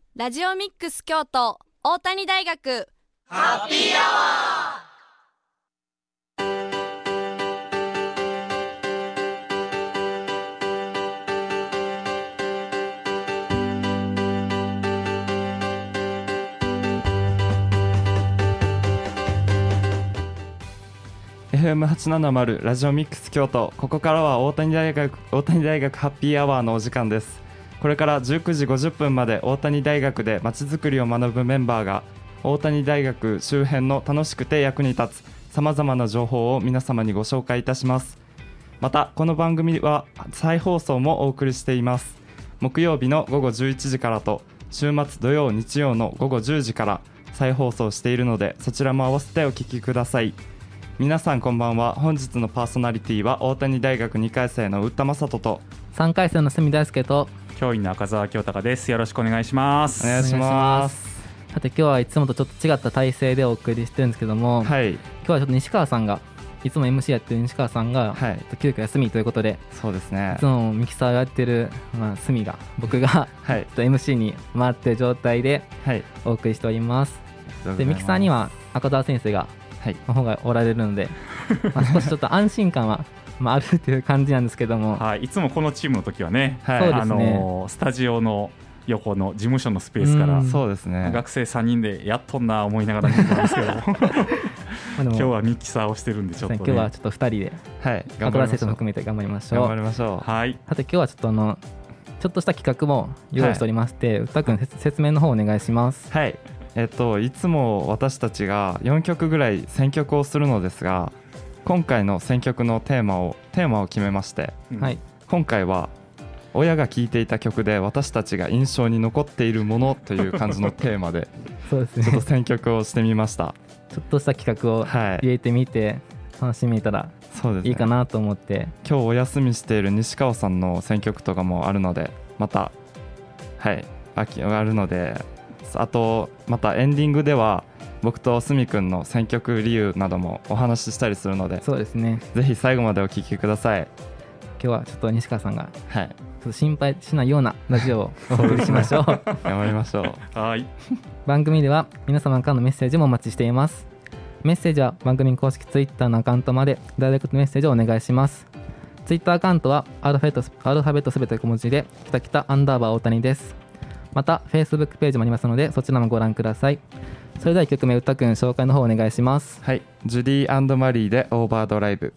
ラジオミックス京都大谷大学ハッピーアワー。 FM870 ラジオミックス京都、ここからは大谷大学ハッピーアワーのお時間です。これから19時50分まで大谷大学でまちづくりを学ぶメンバーが大谷大学周辺の楽しくて役に立つさまざまな情報を皆様にご紹介いたします。またこの番組は再放送もお送りしています。木曜日の午後11時からと週末土曜日曜の午後10時から再放送しているので、そちらも合わせてお聞きください。皆さんこんばんは。本日のパーソナリティは大谷大学2回生の宇田正人と 3回生の角大輔と教員の赤澤京隆です。よろしくお願いします。 お願いします。 さて今日はいつもとちょっと違った体制でお送りしてるんですけども、 はい、 今日はちょっと西川さんがいつも MC やってる西川さんが、 はい、 急遽休みということで、 そうですね、 いつもミキサーをやってる、角が僕が、 はい、 ちょっと MC に回ってる状態でお送りしております。でミキサーには赤澤先生がの方がおられるので、少しちょっと安心感はあるという感じなんですけども、 はい、いつもこのチームの時はね、 はい、 スタジオの横の事務所のスペースからそうですね、 学生3人でやっとんな思いながら見てたんですけど今日はミキサーをしてるんでちょっと、ね、 今日はちょっと2人で、 はい、 赤澤先生も含めて頑張りましょう。 頑張りましょう。 はい、 さて今日はちょっとした企画も用意しておりまして、宇田君説明の方お願いします。 はい、いつも私たちが4曲ぐらい選曲をするのですが、今回の選曲のテーマを決めまして、 はい、 今回は親が聴いていた曲で私たちが印象に残っているものという感じのテーマでそうですね、 ちょっと選曲をしてみました。 ちょっとした企画を入れてみて、楽しみたらいいかなと思って、 今日お休みしている西川さんの選曲とかもあるので、またあるので、あとまたエンディングでは僕とすみくんの選曲理由などもお話ししたりするので、 そうですね、 ぜひ最後までお聞きください。 今日はちょっと西川さんが、 はい、 ちょっと心配しないようなラジオをお送りしましょう頑張りましょう。 はい番組では皆様からのメッセージもお待ちしています。メッセージは番組公式ツイッターのアカウントまでダイレクトメッセージをお願いします。ツイッターアカウントはアルファベットすべて小文字できたきたアンダーバー大谷です。また Facebook ページもありますので、そちらもご覧ください。それでは1曲目、歌くん紹介の方お願いします。 はい、ジュディ&マリーでオーバードライブ。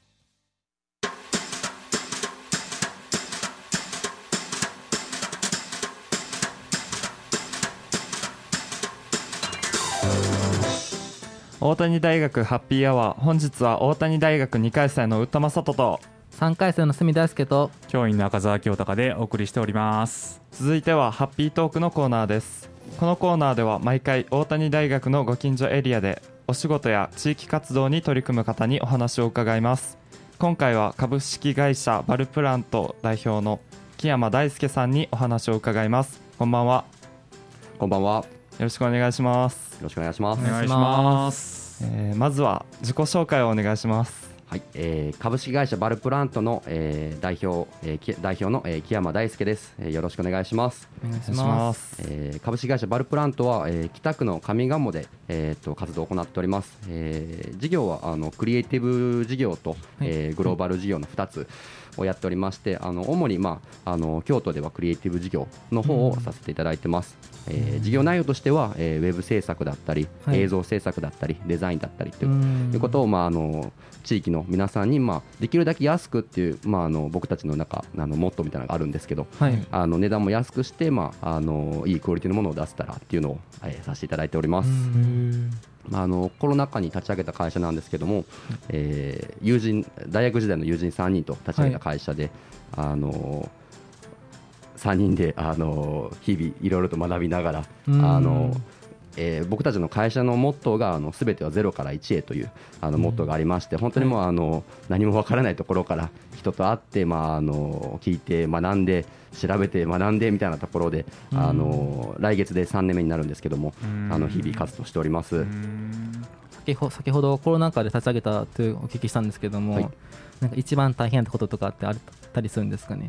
大谷大学ハッピーアワー、本日は大谷大学2回生の宇田正人と 3回生の角大輔と教員の赤澤京隆でお送りしております。 続いてはハッピートークのコーナーです。このコーナーでは毎回大谷大学のご近所エリアでお仕事や地域活動に取り組む方にお話を伺います。今回は株式会社バルプラント代表の木山大輔さんにお話を伺います。こんばんは。 こんばんは。 よろしくお願いします。 よろしくお願いします。 お願いします。 まずは自己紹介をお願いします。 はい、株式会社バルプラントの、代表の、木山大輔です。よろしくお願いします。 お願いします。 株式会社バルプラントは、北区の上賀茂で、活動を行っております。事業はクリエイティブ事業と、グローバル事業の2つをやっておりまして、主に、京都ではクリエイティブ事業の方をさせていただいてます。事業内容としては、ウェブ制作だったり、映像制作だったりデザインだったりということを、地域の皆さんに、できるだけ安くっていう、僕たちの中モットーみたいなのがあるんですけど、値段も安くして、いいクオリティのものを出せたらっていうのを、させていただいております。コロナ禍に立ち上げた会社なんですけども、大学時代の友人3人と立ち上げた会社で、3人で日々いろいろと学びながら、僕たちの会社のモットーが全ては0から1へというモットーがありまして、本当にもう何もわからないところから人と会って、聞いて学んで調べて学んでみたいなところで、来月で3年目になるんですけども、日々活動しております。 先ほどコロナ禍で立ち上げたというお聞きしたんですけども、なんか一番大変なこととかってあったりするんですかね。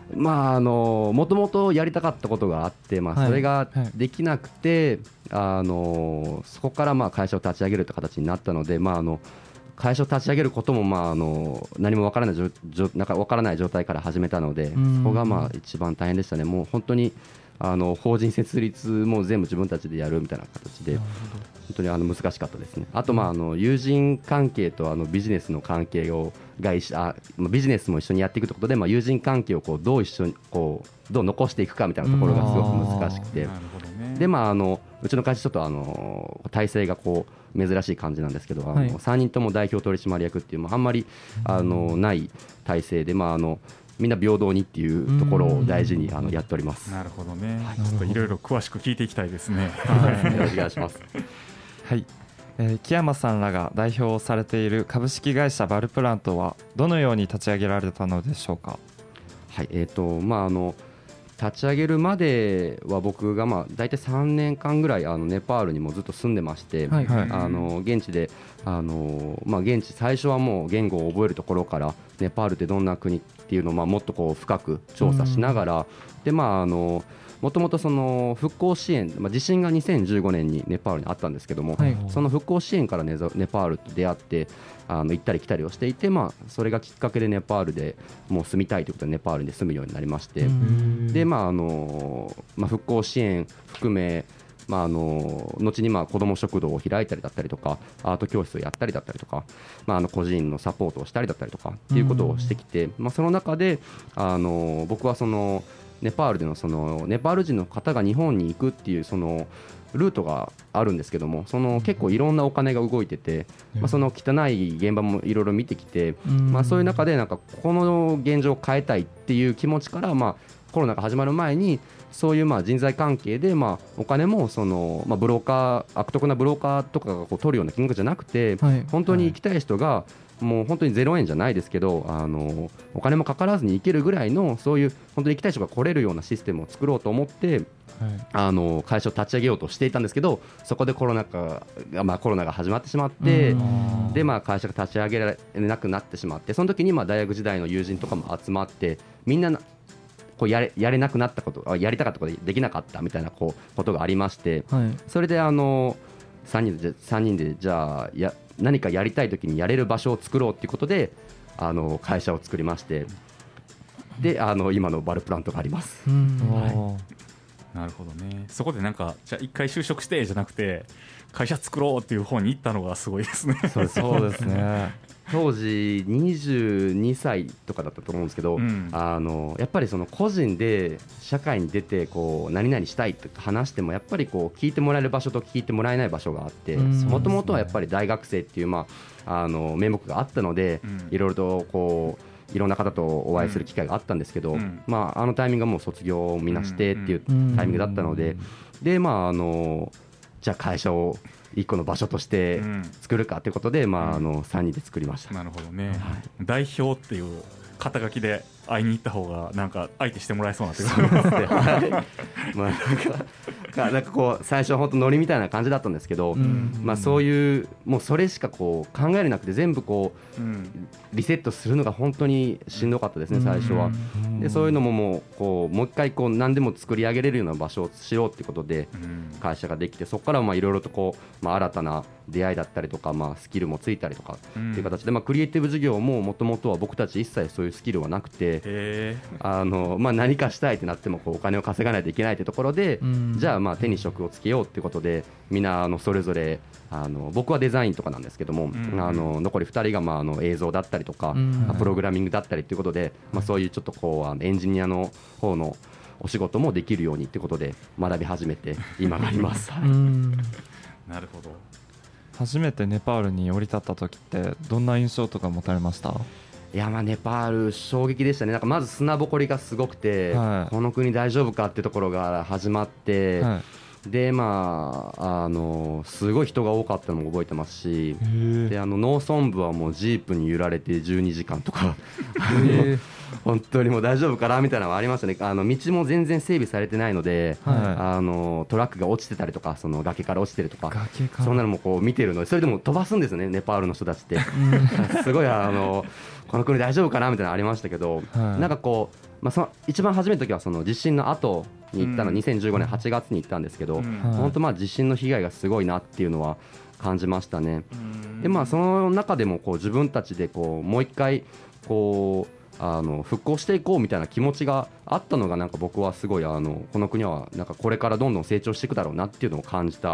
もともとやりたかったことがあって、それができなくて、そこから会社を立ち上げるという形になったので、会社を立ち上げることも何もわからない状態から始めたので、そこが一番大変でしたね。もう本当に法人設立も全部自分たちでやるみたいな形で、本当に難しかったですね。あと友人関係とビジネスの関係をビジネスも一緒にやっていくということで、友人関係をどう一緒にどう残していくかみたいなところがすごく難しくて、でうちの会社ちょっと体制が珍しい感じなんですけど、3人とも代表取締役っていうあんまりない体制で、みんな平等にっていうところを大事にやっております。 なるほどね、ちょっといろいろ詳しく聞いていきたいですね。 よろしくお願いします。 はい、木山さんらが代表をされている株式会社バルプラントはどのように立ち上げられたのでしょうか。 はい、立ち上げるまでは僕が大体3年間ぐらいネパールにもずっと住んでまして、現地で現地最初はもう言語を覚えるところからネパールってどんな国っていうのをもっと深く調査しながら、でもともとその復興支援、地震が2015年にネパールにあったんですけども、その復興支援からネパールと出会って行ったり来たりをしていて、それがきっかけでネパールでもう住みたいということでネパールに住むようになりまして、で復興支援含め後に子ども食堂を開いたりだったりとか、アート教室をやったりだったりとか、個人のサポートをしたりだったりとかっていうことをしてきて、その中で僕はそのネパールでのネパール人の方が日本に行くっていうそのルートがあるんですけども、結構いろんなお金が動いてて、その汚い現場もいろいろ見てきて、そういう中でこの現状を変えたいっていう気持ちから、コロナが始まる前にそういう人材関係でお金もブローカー、悪徳なブローカーとかが取るような金額じゃなくて、本当に行きたい人がもう本当に0円じゃないですけどお金もかからずに行けるぐらいのそういう本当に行きたい人が来れるようなシステムを作ろうと思って、会社を立ち上げようとしていたんですけど、そこでコロナが始まってしまって、で会社が立ち上げられなくなってしまって、その時に大学時代の友人とかも集まってみんなやれなくなったこと、やりたかったことできなかったみたいなことがありまして、それで3人でじゃあ何かやりたい時にやれる場所を作ろうということで会社を作りまして、で今のバルプラントがあります。 なるほどね。そこでじゃあ一回就職してじゃなくて会社作ろうっていう方に行ったのがすごいですね。 そうですね。 当時22歳とかだったと思うんですけど、やっぱりその個人で社会に出て何々したいって話してもやっぱり聞いてもらえる場所と聞いてもらえない場所があって、もともとはやっぱり大学生っていう名目があったので、いろいろといろんな方とお会いする機会があったんですけど、あのタイミングがもう卒業を見なしてっていうタイミングだったので、じゃあ会社を一個の場所として作るかということで、3人で作りました。 なるほどね、代表っていう肩書きで会いに行った方が相手してもらえそうなってことですね。 最初は本当ノリみたいな感じだったんですけど、そういうもうそれしか考えれなくて、全部リセットするのが本当にしんどかったですね、最初は。でそういうのももう一回何でも作り上げれるような場所をしようということで会社ができて、そこからいろいろと新たな出会いだったりとか、スキルもついたりとかっていう形で、クリエイティブ事業ももともとは僕たち一切そういうスキルはなくて、何かしたいってなってもお金を稼がないといけないってところで、じゃあ手に職をつけようってことで、みんなそれぞれ僕はデザインとかなんですけども、残り2人が映像だったりとか、プログラミングだったりっていうことで、そういうちょっとエンジニアの方のお仕事もできるようにってことで学び始めて今があります。 なるほど。 初めてネパールに降り立った時ってどんな印象とか持たれました？ いやネパール衝撃でしたね。まず砂ぼこりがすごくて、この国大丈夫かってところが始まって、ですごい人が多かったのも覚えてますし、で農村部はもうジープに揺られて12時間とか本当にもう大丈夫かなみたいなのはありましたね。道も全然整備されてないので、トラックが落ちてたりとか、その崖から落ちてるとか、そんなのも見てるので、それでも飛ばすんですよね、ネパールの人たちって。すごいこの国大丈夫かなみたいなのありましたけど、 その一番初めの時はその地震の後に行ったの、2015年8月に行ったんですけど、本当地震の被害がすごいなっていうのは感じましたね。でその中でも自分たちでもう一回復興していこうみたいな気持ちがあったのがなんか僕はすごいこの国はなんかこれからどんどん成長していくだろうなっていうのを感じ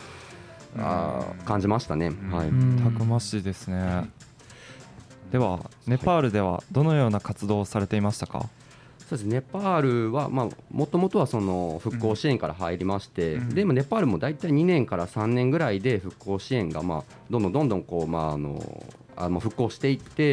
ましたね。はい、 たくましいですね。ではネパールではどのような活動をされていましたか？ そうです。ネパールはもともとはその復興支援から入りまして、でもネパールも大体2年から3年ぐらいで復興支援がどんどん復興していって、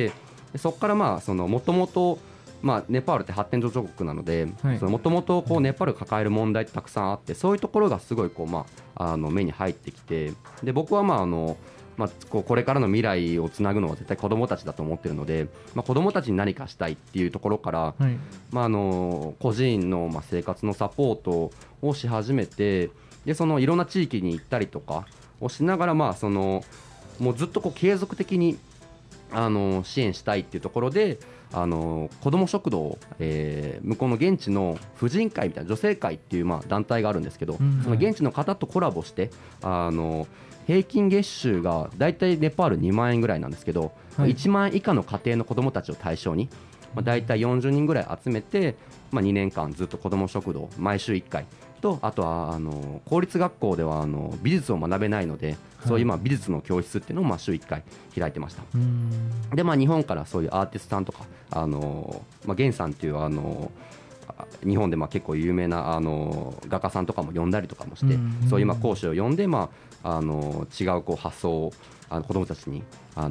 そこからもともとネパールって発展途上国なので、もともとネパールが抱える問題ってたくさんあって、そういうところがすごい目に入ってきて、で僕はこれからの未来をつなぐのは絶対子どもたちだと思っているので、子どもたちに何かしたいっていうところから、個人の生活のサポートをし始めて、でいろんな地域に行ったりとかをしながら、もうずっと継続的に支援したいっていうところで、子ども食堂を、向こうの現地の婦人会みたいな女性会っていう団体があるんですけど、その現地の方とコラボして平均月収がだいたいネパール2万円ぐらいなんですけど、1万円以下の家庭の子どもたちを対象にだいたい40人ぐらい集めて、2年間ずっと子ども食堂毎週1回と、あとは公立学校では美術を学べないので、そういう美術の教室っていうのを週1回開いてました。で日本からそういうアーティストさんとか源さんっていう日本で結構有名な画家さんとかも呼んだりとかもして、そういう講師を呼んで違う発想を子どもたちに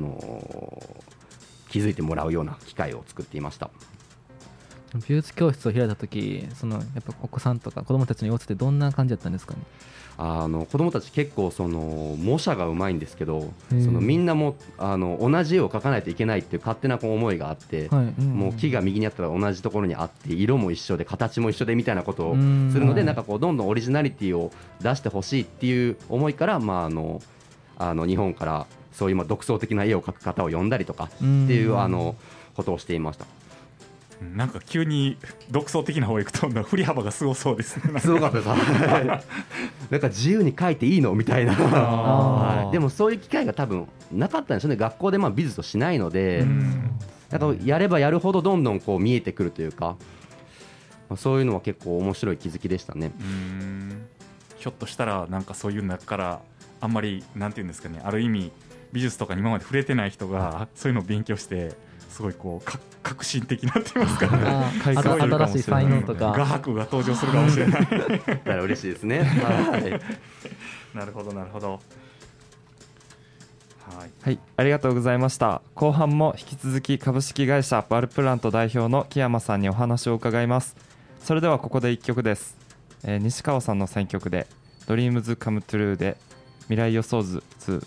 気づいてもらうような機会を作っていました。 美術教室を開いた時、やっぱお子さんとか子どもたちの様子ってどんな感じだったんですかね？ 子どもたち結構模写がうまいんですけど、みんなも同じ絵を描かないといけないっていう勝手な思いがあって、もう木が右にあったら同じところにあって、色も一緒で形も一緒でみたいなことをするので、なんかどんどんオリジナリティを出してほしいっていう思いから、日本からそういう独創的な絵を描く方を呼んだりとかっていうことをしていました。 なんか急に独創的な方へ行くと振り幅がすごそうですね。 すごかったですなんか自由に描いていいのみたいなでもそういう機会が多分なかったんですよね。学校で美術をしないので、なんかやればやるほどどんどん見えてくるというか、そういうのは結構面白い気づきでしたね。 ひょっとしたらなんかそういう中からあんまりなんていうんですかね、ある意味美術とかに今まで触れてない人がそういうのを勉強してすごい革新的なって言いますかね新しい才能とか画伯が登場するかもしれないだから嬉しいですねなるほどなるほど。 はい、ありがとうございました。後半も引き続き株式会社バルプラント代表の木山さんにお話を伺います。それではここで1曲です。西川さんの選曲で Dreams Come True で未来予想図2。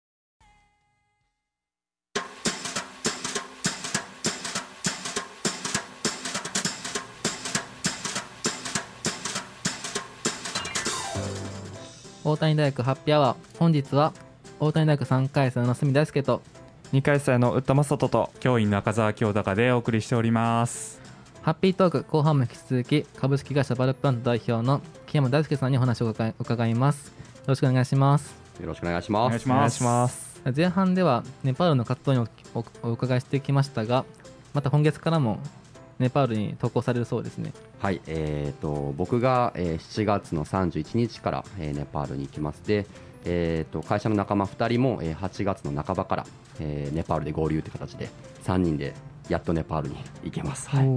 大谷大学ハッピーアワー、本日は大谷大学3回生の角大輔と 2回生の宇田正人と教員の赤澤京高でお送りしております。 ハッピートーク後半も引き続き株式会社バルプラント代表の木山大輔さんにお話を伺います。よろしくお願いします。 よろしくお願いします。 お願いします。 前半ではネパールの活動にお伺いしてきましたが、また今月からもネパールに渡航されるそうですね。 はい、僕が7月の31日からネパールに行きます。で、会社の仲間2人も8月の半ばからネパールで合流という形で3人でやっとネパールに行けます。はい、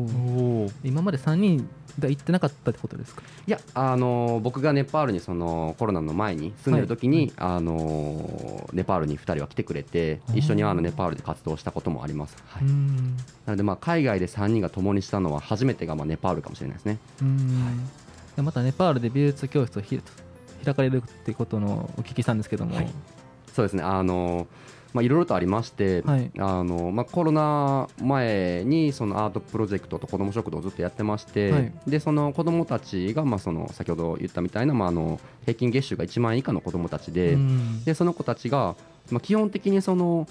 今まで3人が行ってなかったってことですか？ いや、僕がネパールにコロナの前に住んでる時に、はい、ネパールに2人は来てくれて一緒にネパールで活動したこともあります。はい、なので海外で3人が共にしたのは初めてがネパールかもしれないですね。 はい、またネパールで美術教室を開かれるってことのお聞きしたんですけども、はい、 そうですね、いろいろとありまして、はい、コロナ前にそのアートプロジェクトと子ども食堂をずっとやってまして、はい、でその子どもたちが先ほど言ったみたいな、平均月収が1万円以下の子どもたちで、その子たちが、基本的に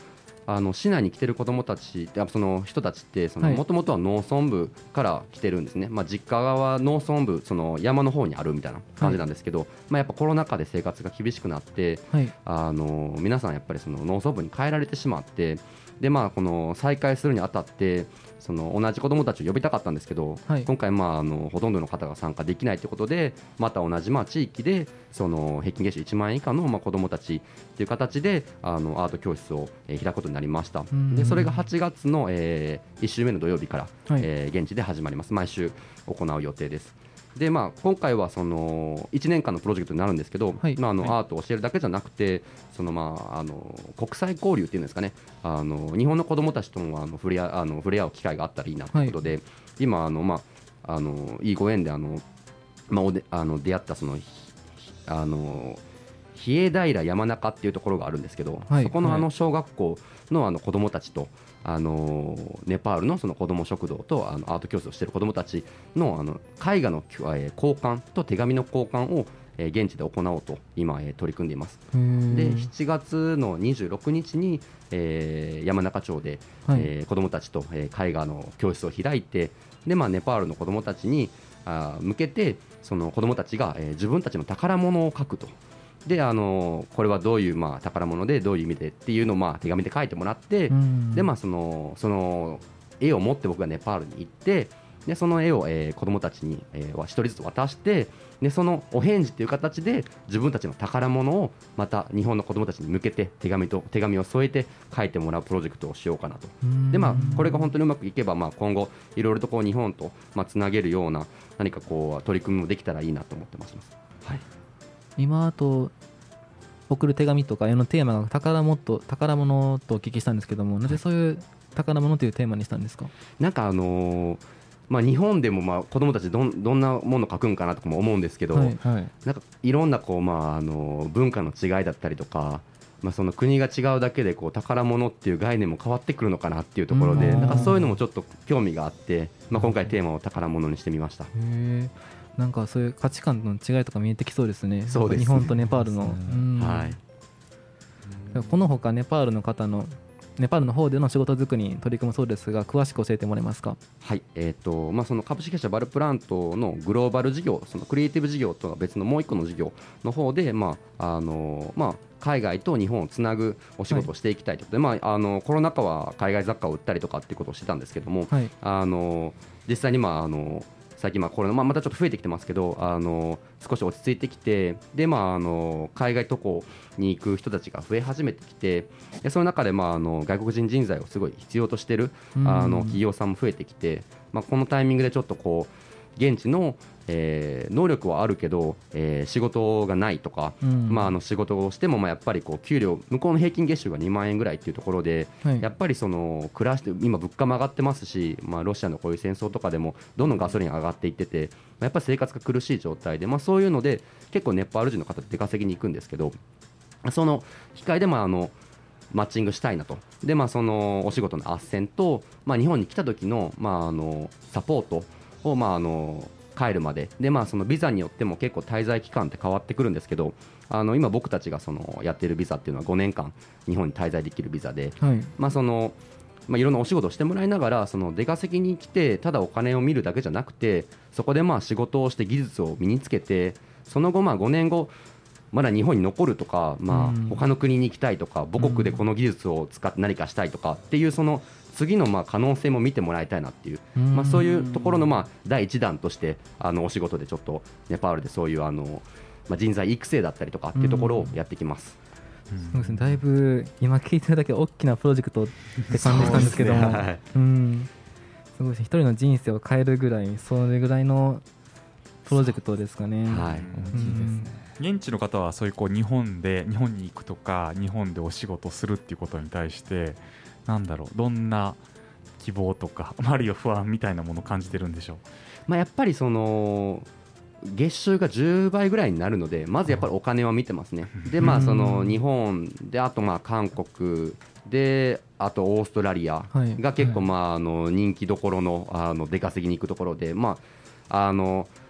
市内に来てる子どもたちってその人たちってもともとは農村部から来てるんですね、実家は農村部その山の方にあるみたいな感じなんですけど、やっぱコロナ禍で生活が厳しくなって、皆さんやっぱりその農村部に帰られてしまって、でこの再開するにあたってその同じ子どもたちを呼びたかったんですけど、今回ほとんどの方が参加できないということで、また同じ地域でその平均月収1万円以下の子どもたちという形でアート教室を開くことになりました。でそれが8月の1週目の土曜日から現地で始まります。毎週行う予定です。で今回はその1年間のプロジェクトになるんですけど、アートを教えるだけじゃなくてその国際交流っていうんですかね、日本の子どもたちとも触れ合う機会があったらいいなということで、今いいご縁で出会ったその比叡平山中っていうところがあるんですけど、そこの小学校の子どもたちとネパールのその子ども食堂とアート教室をしている子どもたちの絵画の交換と手紙の交換を現地で行おうと今取り組んでいます。で7月の26日に山中町で子どもたちと絵画の教室を開いて、でネパールの子どもたちに向けてその子どもたちが自分たちの宝物を描くと。でこれはどういう宝物でどういう意味でっていうのを手紙で書いてもらって、でその絵を持って僕がネパールに行って、でその絵を子どもたちに一人ずつ渡して、でそのお返事という形で自分たちの宝物をまた日本の子どもたちに向けて手紙を添えて書いてもらうプロジェクトをしようかなと。でこれが本当にうまくいけば今後いろいろと日本とつなげるような何か取り組みもできたらいいなと思ってます。はい、 今送る手紙とか絵のテーマが宝物とお聞きしたんですけども、なぜそういう宝物というテーマにしたんですか？ なんか日本でも子どもたちどんなものを描くんかなとかも思うんですけど、なんかいろんな文化の違いだったりとか、その国が違うだけで宝物っていう概念も変わってくるのかなっていうところで、なんかそういうのもちょっと興味があって、今回テーマを宝物にしてみました。 なんかそういう価値観の違いとか見えてきそうですね。 そうですね、 日本とネパールの、 はい、 このほかネパールの方での仕事作りに取り組むそうですが、詳しく教えてもらえますか？ はい、その株式会社バルプラントのグローバル事業、そのクリエイティブ事業とは別のもう一個の事業の方で、海外と日本をつなぐお仕事をしていきたいということで、コロナ禍は海外雑貨を売ったりとかっていうことをしてたんですけども、実際に最近コロナ、またちょっと増えてきてますけど、少し落ち着いてきて、で海外渡航に行く人たちが増え始めてきて、でその中で外国人人材をすごい必要としている企業さんも増えてきて、このタイミングでちょっと現地の能力はあるけど仕事がないとか、仕事をしてもやっぱり給料、向こうの平均月収が2万円ぐらいっていうところで、やっぱりその暮らして今物価も上がってますし、ロシアのこういう戦争とかでもどんどんガソリン上がっていってて、やっぱり生活が苦しい状態で、そういうので結構ネパール人の方って出稼ぎに行くんですけど、その機会でマッチングしたいなと。でそのお仕事の斡旋と、日本に来た時のサポートを帰るまでで、そのビザによっても結構滞在期間って変わってくるんですけど、今僕たちがやっているビザっていうのは5年間日本に滞在できるビザで、いろんなお仕事をしてもらいながら、その出稼ぎに来てただお金を見るだけじゃなくて、そこで仕事をして技術を身につけて、その後5年後まだ日本に残るとか、他の国に行きたいとか、母国でこの技術を使って何かしたいとかっていう、その次の可能性も見てもらいたいなっていう、そういうところの第一弾としてお仕事でちょっとネパールでそういう人材育成だったりとかっていうところをやってきます。 そうですね、だいぶ今聞いてるだけ大きなプロジェクトって感じしたんですけども、すごいですね、一人の人生を変えるぐらい、それぐらいのプロジェクトですかね。 大きいですね。現地の方はそういう日本に行くとか日本でお仕事するっていうことに対してどんな希望とかあるいは不安みたいなものを感じてるんでしょう？ やっぱりその月収が10倍ぐらいになるので、まずやっぱりお金は見てますね。でその日本で、あと韓国で、あとオーストラリアが結構人気どころの出稼ぎに行くところで、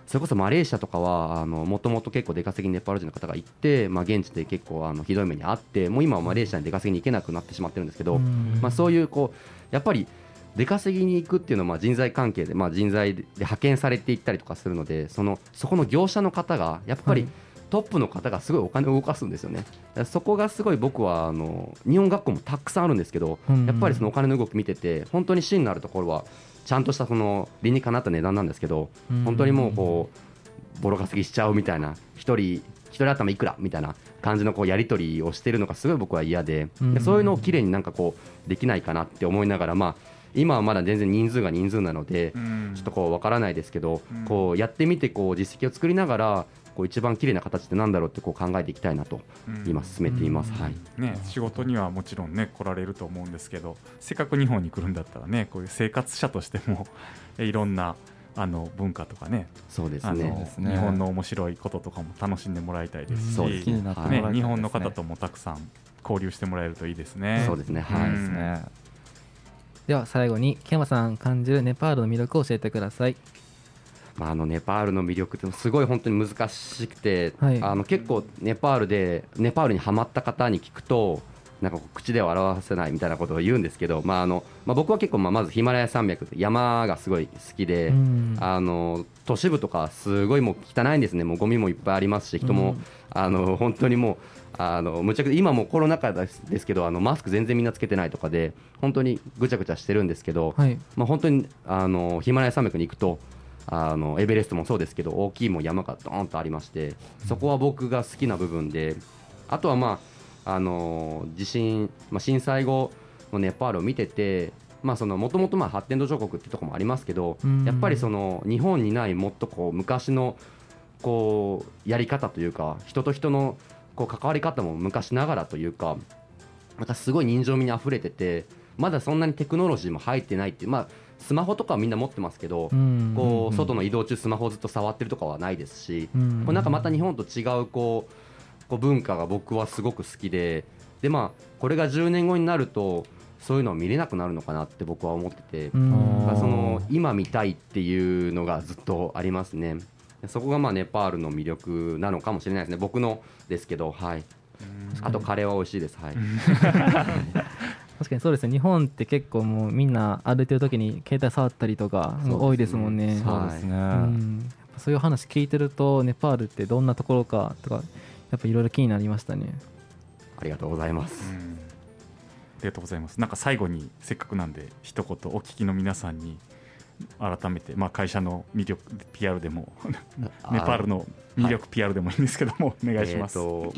それこそマレーシアとかはもともと結構出稼ぎにネパール人の方が行って、現地で結構ひどい目にあって、もう今はマレーシアに出稼ぎに行けなくなってしまってるんですけど、そういうやっぱり出稼ぎに行くっていうのは人材関係で、人材で派遣されていったりとかするので、そこの業者の方がやっぱりトップの方がすごいお金を動かすんですよね。そこがすごい僕は日本学校もたくさんあるんですけど、やっぱりそのお金の動き見てて本当に芯のあるところはちゃんとした理にかなった値段なんですけど、本当にもうボロ稼ぎしちゃうみたいな、一人頭いくらみたいな感じのやり取りをしてるのがすごい僕は嫌で、そういうのをきれいにできないかなって思いながら、今はまだ全然人数が人数なのでちょっとわからないですけど、やってみて実績を作りながら一番綺麗な形ってなんだろうって考えていきたいなと今進めています。 仕事にはもちろんね来られると思うんですけど、せっかく日本に来るんだったらね、こういう生活者としてもいろんな文化とかね、 そうですね、 日本の面白いこととかも楽しんでもらいたいですし、 そうですね、 日本の方ともたくさん交流してもらえるといいですね。 そうですね、 では最後に木山さん感じるネパールの魅力を教えてください。 ネパールの魅力ってすごい本当に難しくて、結構ネパールにハマった方に聞くと口では表せないみたいなことを言うんですけど、僕は結構まずヒマラヤ山脈で山がすごい好きで、都市部とかすごいもう汚いんですね。もうゴミもいっぱいありますし、人も本当にもうむちゃくちゃ、今もコロナ禍ですけどマスク全然みんなつけてないとかで本当にぐちゃぐちゃしてるんですけど、本当にヒマラヤ山脈に行くとエベレストもそうですけど大きいも山がドーンとありまして、そこは僕が好きな部分で、あとは地震、震災後のネパールを見てて、もともと発展途上国っていうところもありますけど、やっぱり日本にないもっと昔のやり方というか、人と人の関わり方も昔ながらというか、すごい人情味にあふれてて、まだそんなにテクノロジーも入ってないっていう、スマホとかはみんな持ってますけど、外の移動中スマホをずっと触ってるとかはないですし、また日本と違う文化が僕はすごく好きで、これが10年後になるとそういうのは見れなくなるのかなって僕は思ってて、今見たいっていうのがずっとありますね。そこがネパールの魅力なのかもしれないですね、僕のですけど。あとカレーは美味しいです。 確かにそうですね。日本って結構もうみんな歩いてる時に携帯触ったりとか多いですもんね。 そうですね、 そういう話聞いてるとネパールってどんなところかとかやっぱいろいろ気になりましたね。 ありがとうございます。 ありがとうございます。最後にせっかくなんで一言お聞きの皆さんに改めて、会社の魅力 PR でもネパールの魅力 PR でもいいんですけども、お願いします。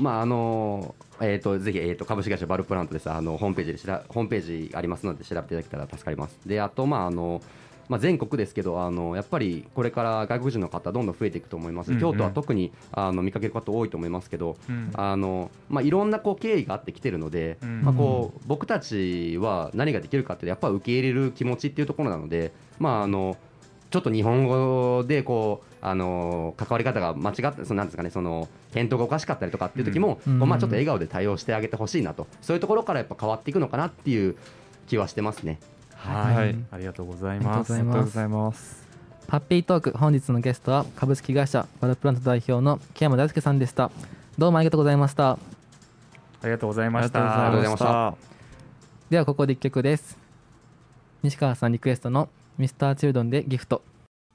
ぜひ、株式会社バルプラントです。ホームページありますので調べていただけたら助かります。で、あと全国ですけどやっぱりこれから外国人の方どんどん増えていくと思います。京都は特に見かける方多いと思いますけど、いろんな経緯があってきてるので、僕たちは何ができるかってやっぱり受け入れる気持ちっていうところなので、ちょっと日本語で関わり方が間違ってなんですかね、返答がおかしかったりとかっていう時も、ちょっと笑顔で対応してあげてほしいなと、そういうところからやっぱ変わっていくのかなっていう気はしてますね。 ありがとうございます。 ありがとうございます。 ハッピートーク、本日のゲストは株式会社バルプラント代表の木山大輔さんでした。どうもありがとうございました。 ありがとうございましありがとうございました。 ではここで1曲です。西川さんリクエストのミスターチルドンでギフト。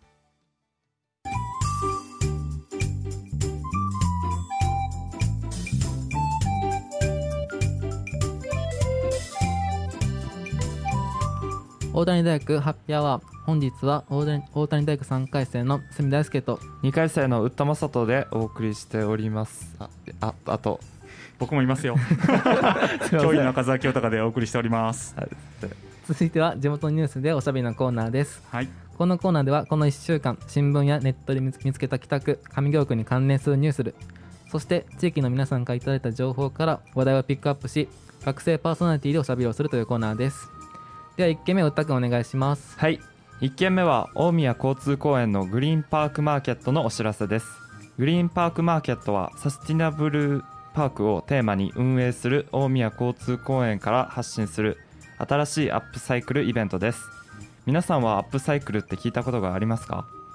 大谷大学ハッピーアワー、本日は大谷大学3回生の住大輔と 2回生の宇多正人でお送りしております。あと僕もいますよ教員の風清隆でお送りしております。 続いては地元ニュースでおしゃべりのコーナーです。このコーナーではこの1週間新聞やネットで見つけた企画、上京区に関連するニュース、そして地域の皆さんからいただいた情報から話題をピックアップし、学生パーソナリティでおしゃべりをするというコーナーです。では1件目、宇多くんお願いします。 はい、1件目は大宮交通公園のグリーンパークマーケットのお知らせです。グリーンパークマーケットはサスティナブルパークをテーマに運営する大宮交通公園から発信する新しいアップサイクルイベントです。皆さんはアップサイクルって聞いたことがありますか？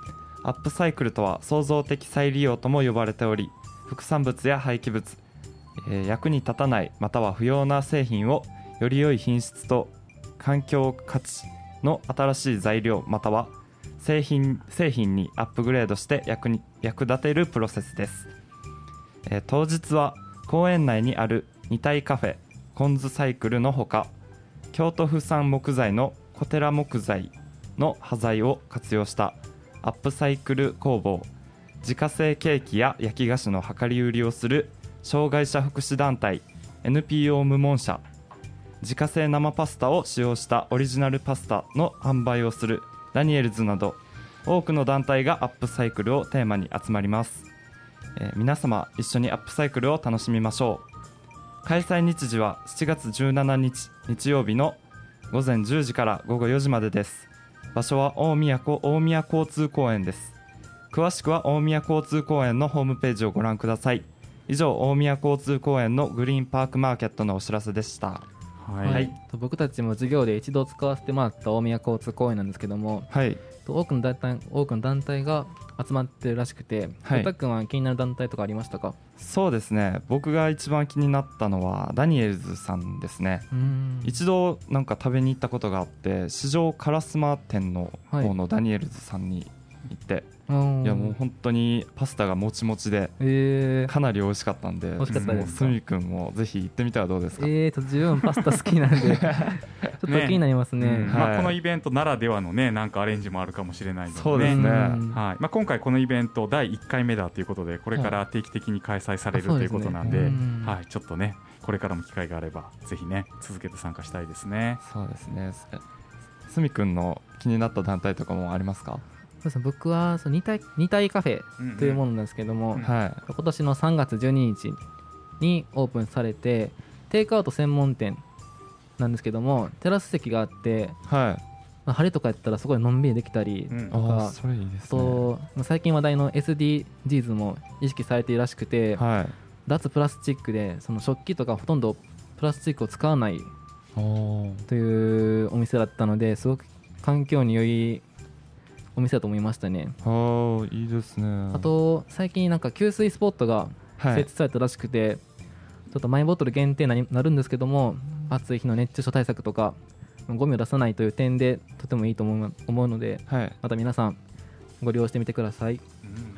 アップサイクルとは創造的再利用とも呼ばれており、副産物や廃棄物、役に立たないまたは不要な製品をより良い品質と環境価値の新しい材料または製品にアップグレードして役立てるプロセスです。当日は公園内にある二体カフェコンズサイクルのほか、京都府産木材の小寺木材の端材を活用したアップサイクル工房、自家製ケーキや焼き菓子の量り売りをする障害者福祉団体 NPO 無門社、自家製生パスタを使用したオリジナルパスタの販売をするダニエルズなど多くの団体がアップサイクルをテーマに集まります。皆様一緒にアップサイクルを楽しみましょう。開催日時は7月17日日曜日の午前10時から午後4時までです。場所は大宮交通公園です。詳しくは大宮交通公園のホームページをご覧ください。以上、大宮交通公園のグリーンパークマーケットのお知らせでした。 はい、 僕たちも授業で一度使わせてもらった大宮交通公園なんですけども、 はい、 多くの団体が集まってるらしくて、 はい、 歌くんは気になる団体とかありましたか？ そうですね、僕が一番気になったのはダニエルズさんですね。一度なんか食べに行ったことがあって、市場烏丸店の方のダニエルズさんに行って、いやもう本当にパスタがもちもちで、かなり美味しかったんで、 美味しかったですか？ すみくんもぜひ行ってみてはどうですか？ 自分パスタ好きなんでちょっと気になりますね。 このイベントならではのね、なんかアレンジもあるかもしれないので、 そうですね、 今回このイベント第1回目だということで、これから定期的に開催されるということなんで、ちょっとねこれからも機会があればぜひね続けて参加したいですね。 そうですね。すみくんの気になった団体とかもありますか？ そうですね、僕は二体カフェというものなんですけども、今年の3月12日にオープンされて、テイクアウト専門店なんですけども、テラス席があって、晴れとかやったらすごいのんびりできたりとか、 それいいですね。 と最近話題の SDGs も意識されているらしくて、脱プラスチックでその食器とかほとんどプラスチックを使わないというお店だったので、すごく環境に良いお店だと思いましたね。 いいですね。 あと最近なんか給水スポットが設置されたらしくて、ちょっとマイボトル限定になるんですけども、暑い日の熱中症対策とかゴミを出さないという点でとてもいいと思うので、また皆さんご利用してみてください。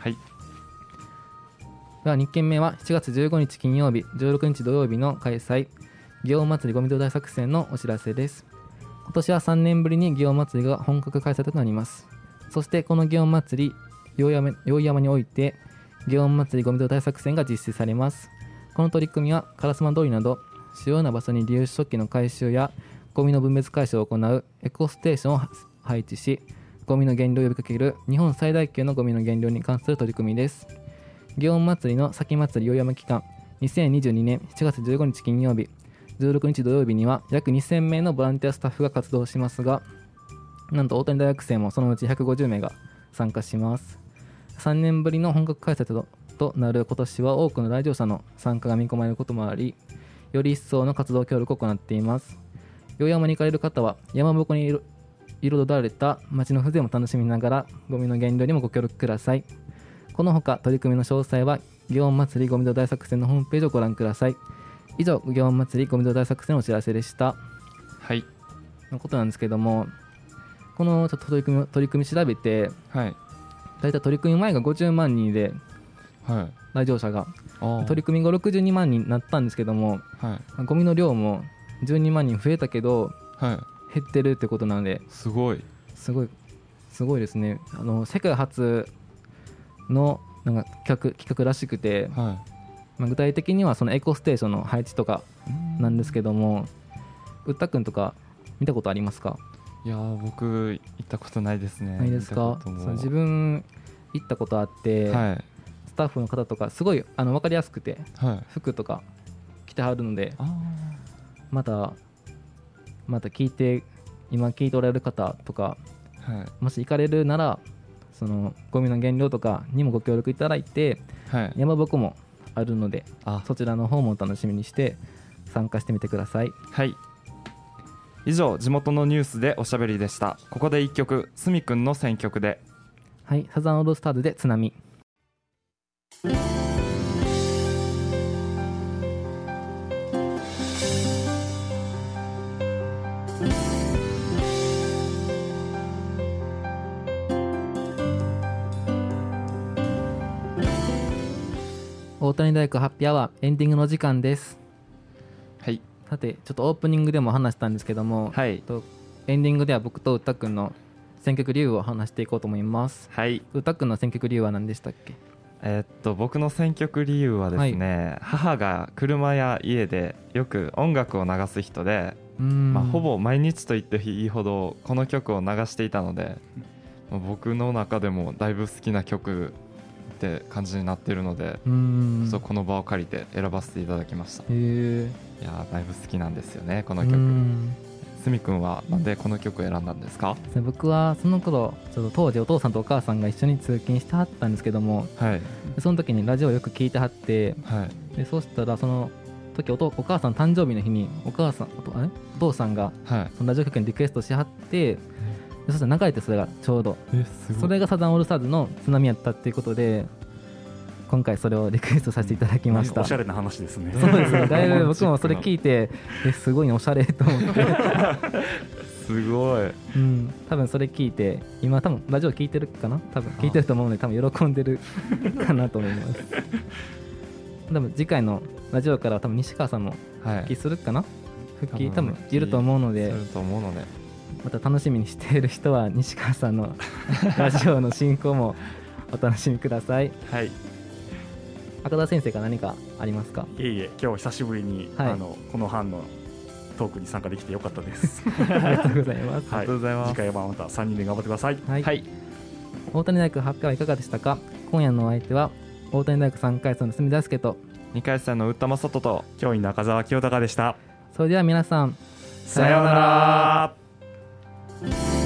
では2件目は7月15日金曜日16日土曜日の開催、祇園祭ゴミ土大作戦のお知らせです。今年は3年ぶりに祇園祭が本格開催となります。そしてこの祇園祭宵山において祇園祭ゴミ土大作戦が実施されます。この取り組みは烏丸通りなど主要な場所にリユース食器の回収やゴミの分別回収を行うエコステーションを配置し、ゴミの減量を呼びかける日本最大級のゴミの減量に関する取り組みです。祇園祭の先祭宵山期間、2022年7月15日金曜日16日土曜日には約2000名のボランティアスタッフが活動しますが、なんと大谷大学生もそのうち150名が参加します。3年ぶりの本格開催となる今年は多くの来場者の参加が見込まれることもあり、より一層の活動協力を行っています。宵山に行かれる方は山鉾に彩られた街の風情も楽しみながらゴミの減量にもご協力ください。このほか取り組みの詳細は祇園祭ゴミ土大作戦のホームページをご覧ください。以上、祇園祭ゴミ土大作戦のお知らせでした。のことなんですけども、このちょっと取り組み調べて、だいたい取り組み前が50万人で、来場者が取り組み後62万人になったんですけども、ゴミの量も12万人増えたけど、減ってるってことなので、すごいですね。世界初のなんか企画らしくて、具体的にはそのエコステーションの配置とかなんですけども、うったくんとか見たことありますか？ いや僕行ったことないですね。 ないですか？自分行ったことあって、スタッフの方とかすごい分かりやすくて、服とか着てはるので、また今聞いておられる方とか、もし行かれるならそのゴミの減量とかにもご協力いただいて、山鉾もあるので、そちらの方もお楽しみにして参加してみてください。以上、地元のニュースでおしゃべりでした。ここで1曲、すみくんの選曲ではい、サザンオールスターズで津波。大谷大学ハッピーアワーエンディングの時間です。 はい。 さてちょっとオープニングでも話したんですけども、 はい。 エンディングでは僕とうたくんの選曲理由を話していこうと思います。 はい。 うたくんの選曲理由は何でしたっけ？ 僕の選曲理由はですね、はい、母が車や家でよく音楽を流す人で、ほぼ毎日と言っていいほどこの曲を流していたので、僕の中でもだいぶ好きな曲って感じになっているので、そうこの場を借りて選ばせていただきました。いやだいぶ好きなんですよねこの曲。すみくんはなんでこの曲を選んだんですか？ 僕はその頃ちょっと当時お父さんとお母さんが一緒に通勤してはったんですけども、はい、でその時にラジオをよく聞いてはって、はい、でそうしたらその時お母さん誕生日の日にお父さんがそのラジオ局にリクエストしはって、でそしたら流れてそれがちょうどそれがサザンオールスターズの津波やったっていうことで今回それをリクエストさせていただきました。 おしゃれな話ですね。 そうですね、だいぶ僕もそれ聞いてすごいおしゃれと思ってすごい、 多分それ聞いて今多分ラジオ聞いてるかな、多分聞いてると思うので多分喜んでるかなと思います多分次回のラジオから多分西川さんも復帰するかな、復帰多分いると思うので、また楽しみにしている人は西川さんのラジオの進行もお楽しみください。はい。赤田先生が何かありますか？ いえいえ、今日久しぶりに、はい、この班のトークに参加できてよかったですありがとうございます、 はい、ありがとうございます。 次回はまた3人で頑張ってください。 はい、はい、大谷大学発表はいかがでしたか？今夜のお相手は大谷大学3回生の住大輔と 2回生の宇多正人と教員の赤澤清隆でした。 それでは皆さんさようなら。